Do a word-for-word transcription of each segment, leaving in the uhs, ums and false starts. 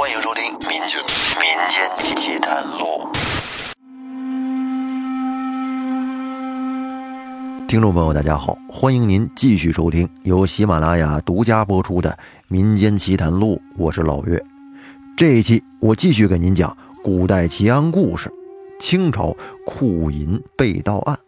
欢迎收听民间民间奇谈录。听众朋友大家好，欢迎您继续收听由喜马拉雅独家播出的民间奇谈录，我是老岳。这一期我继续给您讲古代奇案故事，清朝库银被盗案。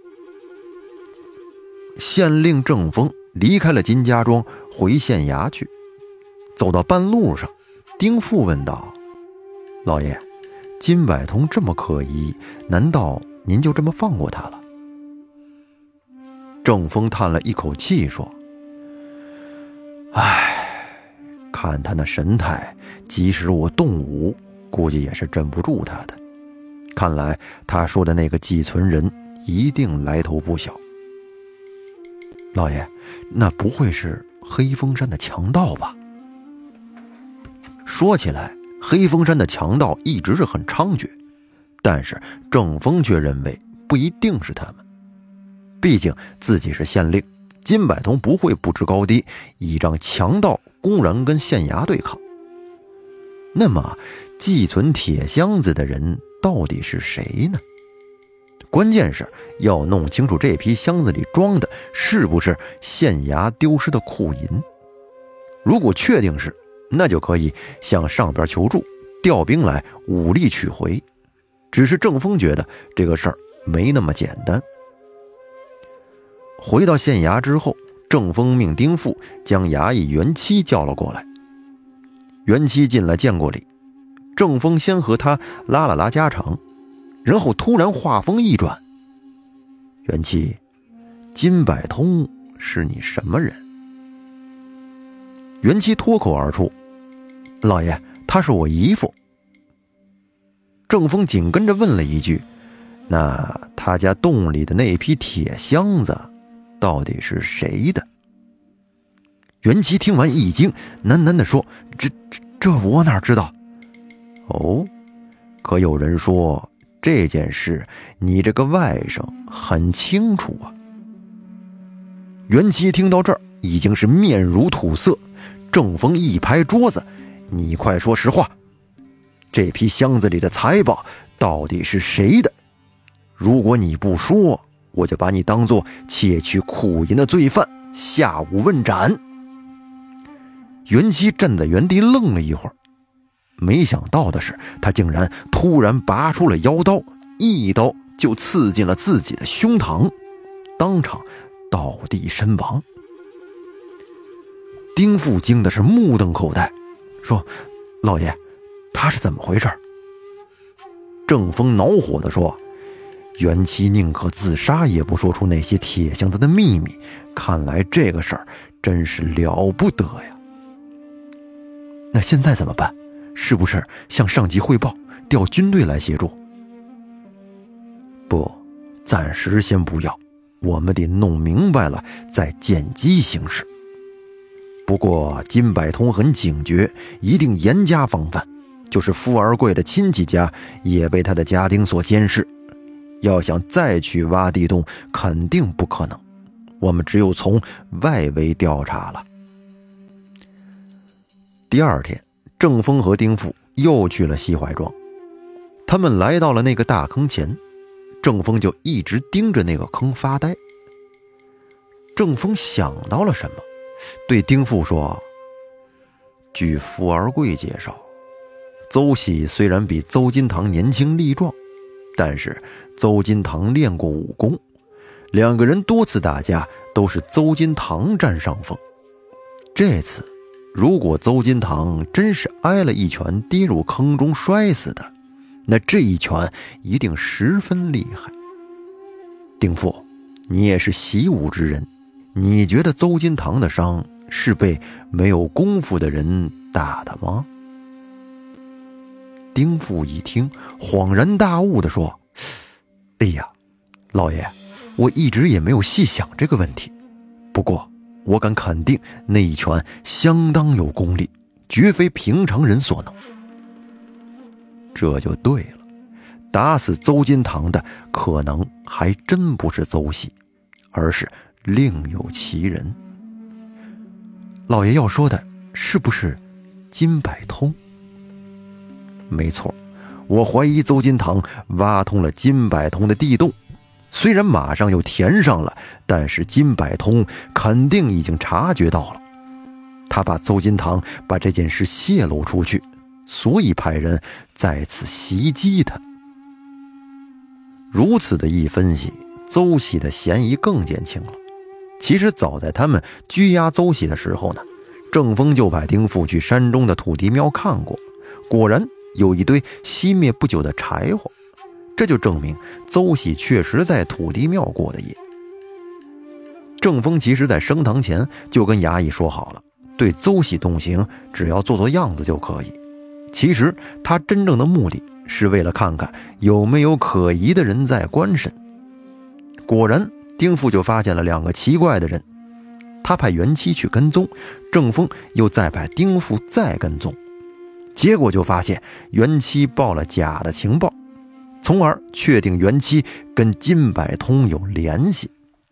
县令郑峰离开了金家庄，回县衙去。走到半路上，丁父问道：老爷，金百通这么可疑，难道您就这么放过他了？郑峰叹了一口气说：唉，看他那神态，即使我动武，估计也是镇不住他的。看来他说的那个寄存人一定来头不小。老爷，那不会是黑风山的强盗吧？说起来，黑风山的强盗一直是很猖獗，但是郑峰却认为不一定是他们。毕竟自己是县令，金百通不会不知高低，倚仗强盗公然跟县衙对抗。那么寄存铁箱子的人到底是谁呢？关键是要弄清楚这批箱子里装的是不是县衙丢失的库银。如果确定是，那就可以向上边求助，调兵来武力取回。只是郑峰觉得这个事儿没那么简单。回到县衙之后，郑峰命丁父将衙役袁七叫了过来。袁七进来见过礼，郑峰先和他拉了拉家常，然后突然话锋一转：袁七，金百通是你什么人？袁七脱口而出：老爷，他是我姨父。郑峰紧跟着问了一句：那他家洞里的那批铁箱子到底是谁的？袁七听完一惊，喃喃地说：这这这我哪知道？哦，可有人说这件事你这个外甥很清楚啊。袁七听到这儿已经是面如土色。郑峰一拍桌子：你快说实话，这批箱子里的财宝到底是谁的？如果你不说，我就把你当作窃取库银的罪犯，下午问斩。袁七站在原地愣了一会儿，没想到的是，他竟然突然拔出了腰刀，一刀就刺进了自己的胸膛，当场倒地身亡。丁父惊的是目瞪口呆，说：老爷，他是怎么回事？郑峰恼火地说：袁七宁可自杀也不说出那些铁箱子的秘密，看来这个事儿真是了不得呀。那现在怎么办？是不是向上级汇报，调军队来协助？不，暂时先不要，我们得弄明白了再见机行事。不过金百通很警觉，一定严加防范，就是富而贵的亲戚家也被他的家丁所监视，要想再去挖地洞肯定不可能，我们只有从外围调查了。第二天，郑峰和丁父又去了西怀庄。他们来到了那个大坑前，郑峰就一直盯着那个坑发呆。郑峰想到了什么，对丁父说：据富而贵介绍，邹喜虽然比邹金堂年轻力壮，但是邹金堂练过武功，两个人多次打架都是邹金堂占上风。这次如果邹金堂真是挨了一拳跌入坑中摔死的，那这一拳一定十分厉害。丁父，你也是习武之人，你觉得邹金堂的伤是被没有功夫的人打的吗？丁父一听，恍然大悟地说：哎呀，老爷，我一直也没有细想这个问题，不过我敢肯定那一拳相当有功力，绝非平常人所能。这就对了，打死邹金堂的可能还真不是邹喜，而是另有其人。老爷要说的是不是金百通？ 没错，我怀疑邹金堂挖通了金百通的地洞，虽然马上又填上了，但是金百通肯定已经察觉到了，他怕邹金堂把这件事泄露出去，所以派人再次袭击他。如此的一分析，邹喜的嫌疑更减轻了。其实早在他们拘押邹喜的时候呢，郑峰就派丁父去山中的土地庙看过，果然有一堆熄灭不久的柴火，这就证明邹喜确实在土地庙过的夜。郑峰其实在升堂前就跟衙役说好了，对邹喜动刑只要做做样子就可以，其实他真正的目的是为了看看有没有可疑的人在官审。果然丁父就发现了两个奇怪的人，他派袁七去跟踪，郑峰又再派丁父再跟踪，结果就发现袁七报了假的情报，从而确定袁七跟金百通有联系。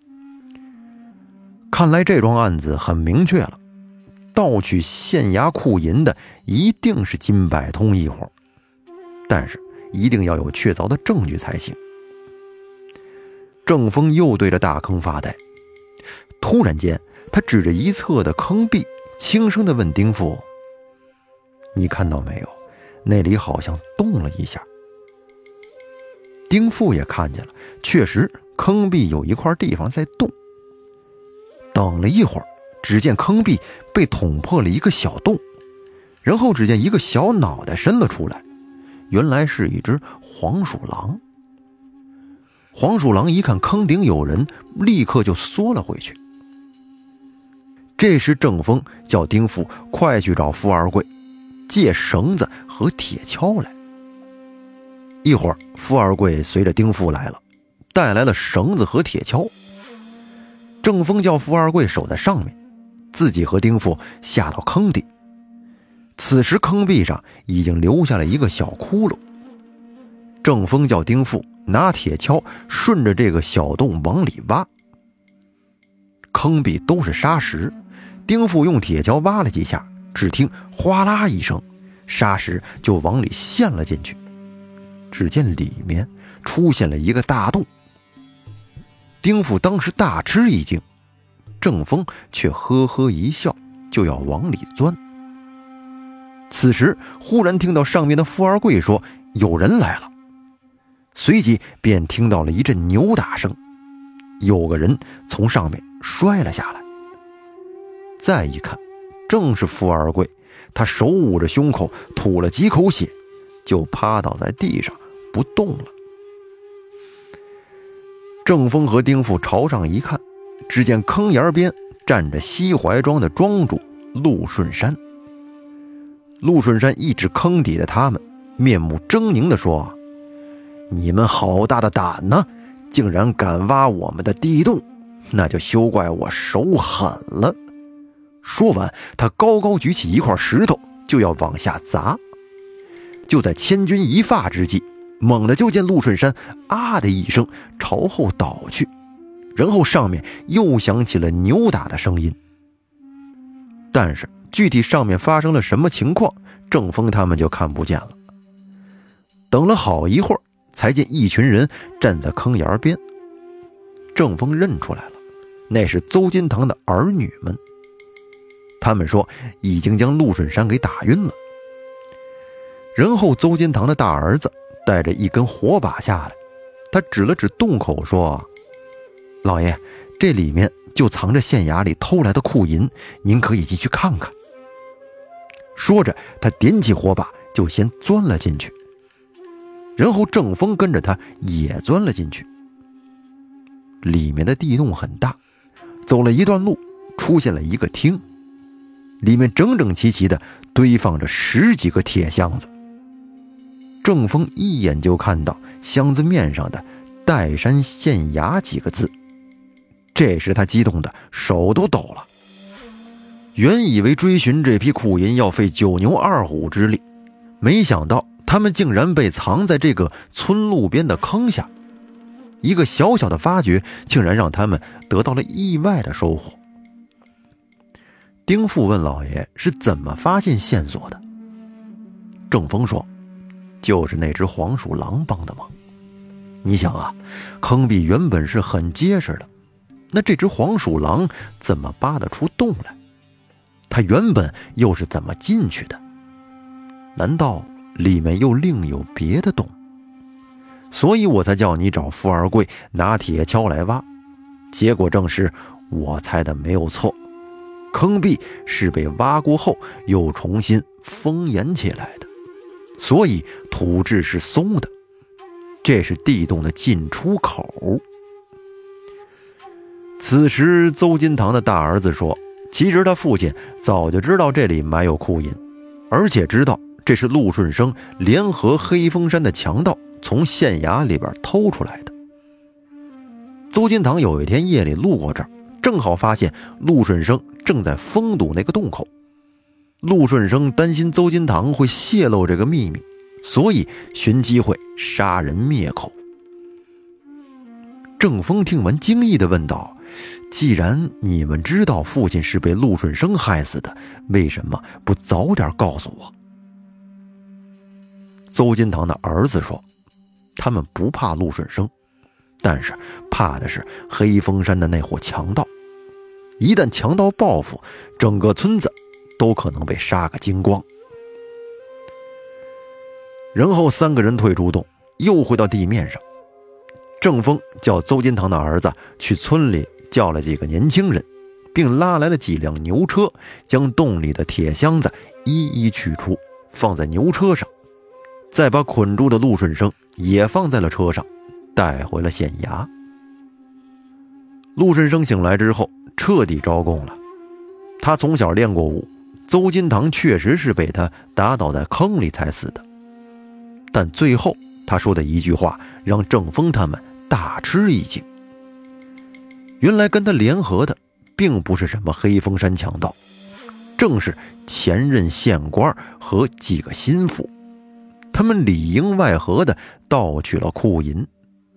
看来这桩案子很明确了，盗取县衙库银的一定是金百通一伙，但是一定要有确凿的证据才行。郑峰又对着大坑发呆，突然间他指着一侧的坑壁，轻声地问丁父：你看到没有，那里好像动了一下。丁父也看见了，确实坑壁有一块地方在动。等了一会儿，只见坑壁被捅破了一个小洞，然后只见一个小脑袋伸了出来，原来是一只黄鼠狼。黄鼠狼一看坑顶有人，立刻就缩了回去。这时郑峰叫丁父快去找傅二贵，借绳子和铁锹来。一会儿傅二贵随着丁父来了，带来了绳子和铁锹。郑峰叫傅二贵守在上面，自己和丁父下到坑底。此时坑壁上已经留下了一个小窟窿。郑峰叫丁父拿铁锹顺着这个小洞往里挖。坑壁都是沙石，丁父用铁锹挖了几下，只听哗啦一声，沙石就往里陷了进去。只见里面出现了一个大洞。丁父当时大吃一惊，郑峰却呵呵一笑，就要往里钻。此时忽然听到上面的傅二贵说有人来了，随即便听到了一阵扭打声，有个人从上面摔了下来。再一看，正是傅二贵，他手捂着胸口，吐了几口血，就趴倒在地上不动了。郑峰和丁父朝上一看，只见坑沿边站着西怀庄的庄主陆顺山。陆顺山一指坑底的他们，面目狰狞地说：你们好大的胆呢，竟然敢挖我们的地洞，那就休怪我手狠了。说完，他高高举起一块石头，就要往下砸。就在千钧一发之际，猛地就见陆顺山啊的一声朝后倒去，然后上面又响起了扭打的声音。但是具体上面发生了什么情况，郑峰他们就看不见了。等了好一会儿，才见一群人站在坑沿边。郑峰认出来了，那是邹金堂的儿女们。他们说已经将陆顺山给打晕了。然后邹金堂的大儿子带着一根火把下来，他指了指洞口说：老爷，这里面就藏着县衙里偷来的库银，您可以进去看看。说着他点起火把就先钻了进去，然后郑峰跟着他也钻了进去。里面的地洞很大，走了一段路，出现了一个厅，里面整整齐齐地堆放着十几个铁箱子。郑峰一眼就看到箱子面上的岱山县衙几个字，这时他激动的手都抖了。原以为追寻这批库银要费九牛二虎之力，没想到他们竟然被藏在这个村路边的坑下。一个小小的发掘竟然让他们得到了意外的收获。丁父问老爷是怎么发现线索的。郑峰说， 就是那只黄鼠狼帮的忙。你想啊，坑壁原本是很结实的，那这只黄鼠狼怎么扒得出洞来？它原本又是怎么进去的？难道里面又另有别的洞？所以我才叫你找富二贵拿铁锹来挖，结果证实我猜的没有错，坑壁是被挖过后又重新封严起来的，所以土质是松的，这是地洞的进出口。此时邹金堂的大儿子说，其实他父亲早就知道这里埋有库银，而且知道这是陆顺生联合黑风山的强盗从县衙里边偷出来的。邹金堂有一天夜里路过这儿，正好发现陆顺生正在封堵那个洞口。陆顺生担心邹金堂会泄露这个秘密，所以寻机会杀人灭口。郑峰听完惊异地问道，既然你们知道父亲是被陆顺生害死的，为什么不早点告诉我？邹金堂的儿子说，他们不怕陆顺生，但是怕的是黑风山的那伙强盗，一旦强盗报复，整个村子都可能被杀个精光。然后三个人退出洞，又回到地面上。郑峰叫邹金堂的儿子去村里叫了几个年轻人，并拉来了几辆牛车，将洞里的铁箱子一一取出，放在牛车上，再把捆住的陆顺生也放在了车上，带回了县衙。陆顺生醒来之后彻底招供了，他从小练过武，邹金堂确实是被他打倒在坑里才死的。但最后他说的一句话让郑峰他们大吃一惊，原来跟他联合的并不是什么黑风山强盗，正是前任县官和几个心腹，他们里应外合的盗取了库银。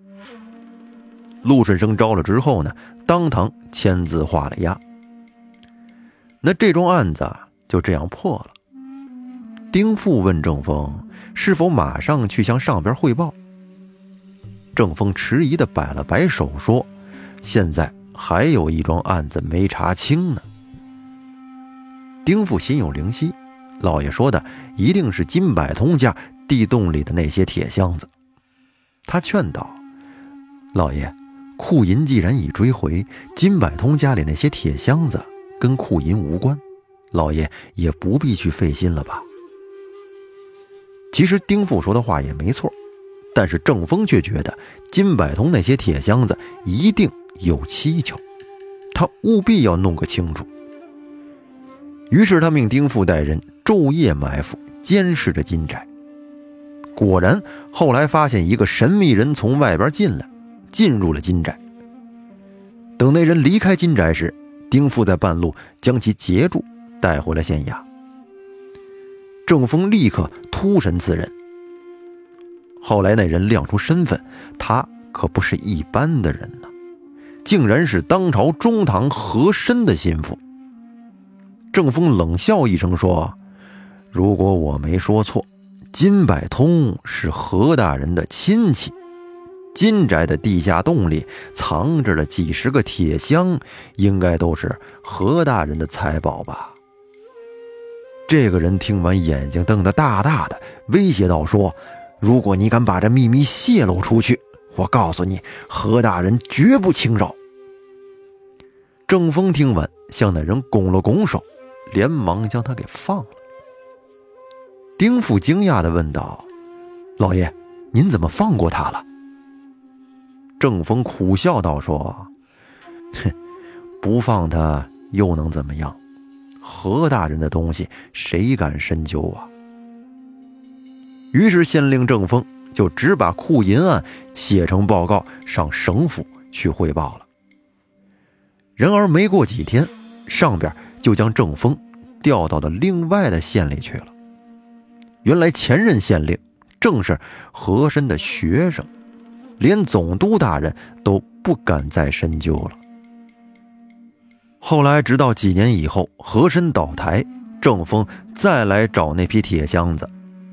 陆顺生招了之后呢，当堂签字画了押。那这桩案子就这样破了。丁父问郑峰是否马上去向上边汇报。郑峰迟疑地摆了摆手说，现在还有一桩案子没查清呢。丁父心有灵犀，老爷说的一定是金百通家地洞里的那些铁箱子。他劝道，老爷，库银既然已追回，金百通家里那些铁箱子跟库银无关，老爷也不必去费心了吧。其实丁父说的话也没错，但是郑峰却觉得金百通那些铁箱子一定有蹊跷，他务必要弄个清楚。于是他命丁父带人昼夜埋伏，监视着金宅。果然后来发现一个神秘人从外边进来，进入了金宅。等那人离开金宅时，丁父在半路将其截住，带回了县衙。郑峰立刻突审此人。后来那人亮出身份，他可不是一般的人呢，竟然是当朝中堂和珅的心腹。郑峰冷笑一声说，如果我没说错，金百通是何大人的亲戚，金宅的地下洞里藏着了几十个铁箱，应该都是何大人的财宝吧。这个人听完，眼睛瞪得大大的，威胁道说，如果你敢把这秘密泄露出去，我告诉你，何大人绝不轻饶。郑峰听完，向那人拱了拱手，连忙将他给放了。丁父惊讶地问道，老爷，您怎么放过他了？郑峰苦笑道说，哼，不放他又能怎么样？何大人的东西谁敢深究啊？于是县令郑峰就只把库银案写成报告上省府去汇报了。然而没过几天，上边就将郑峰调到了另外的县里去了。原来前任县令正是和珅的学生，连总督大人都不敢再深究了。后来直到几年以后，和珅倒台，郑峰再来找那批铁箱子，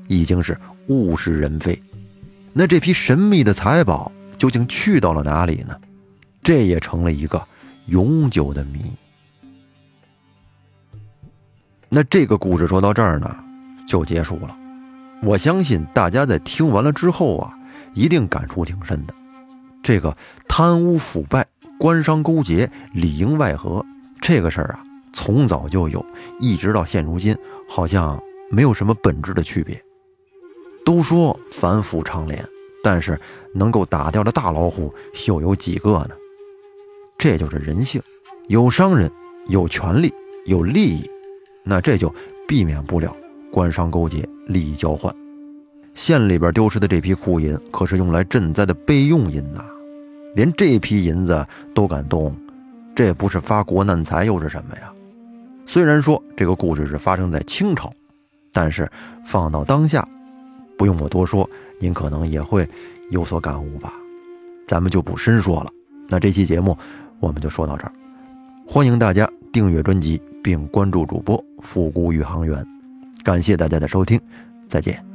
已经是物是人非。那这批神秘的财宝究竟去到了哪里呢？这也成了一个永久的谜。那这个故事说到这儿呢，就结束了。我相信大家在听完了之后啊，一定感触挺深的。这个贪污腐败、官商勾结、里应外合，这个事儿啊，从早就有，一直到现如今，好像没有什么本质的区别。都说反腐倡廉，但是能够打掉的大老虎又有几个呢？这就是人性，有商人，有权力，有利益，那这就避免不了官商勾结、利益交换。县里边丢失的这批库银可是用来赈灾的备用银呐、啊，连这批银子都敢动，这不是发国难财又是什么呀？虽然说这个故事是发生在清朝，但是放到当下，不用我多说，您可能也会有所感悟吧。咱们就不深说了。那这期节目我们就说到这儿，欢迎大家订阅专辑并关注主播复古宇航员，感谢大家的收听，再见。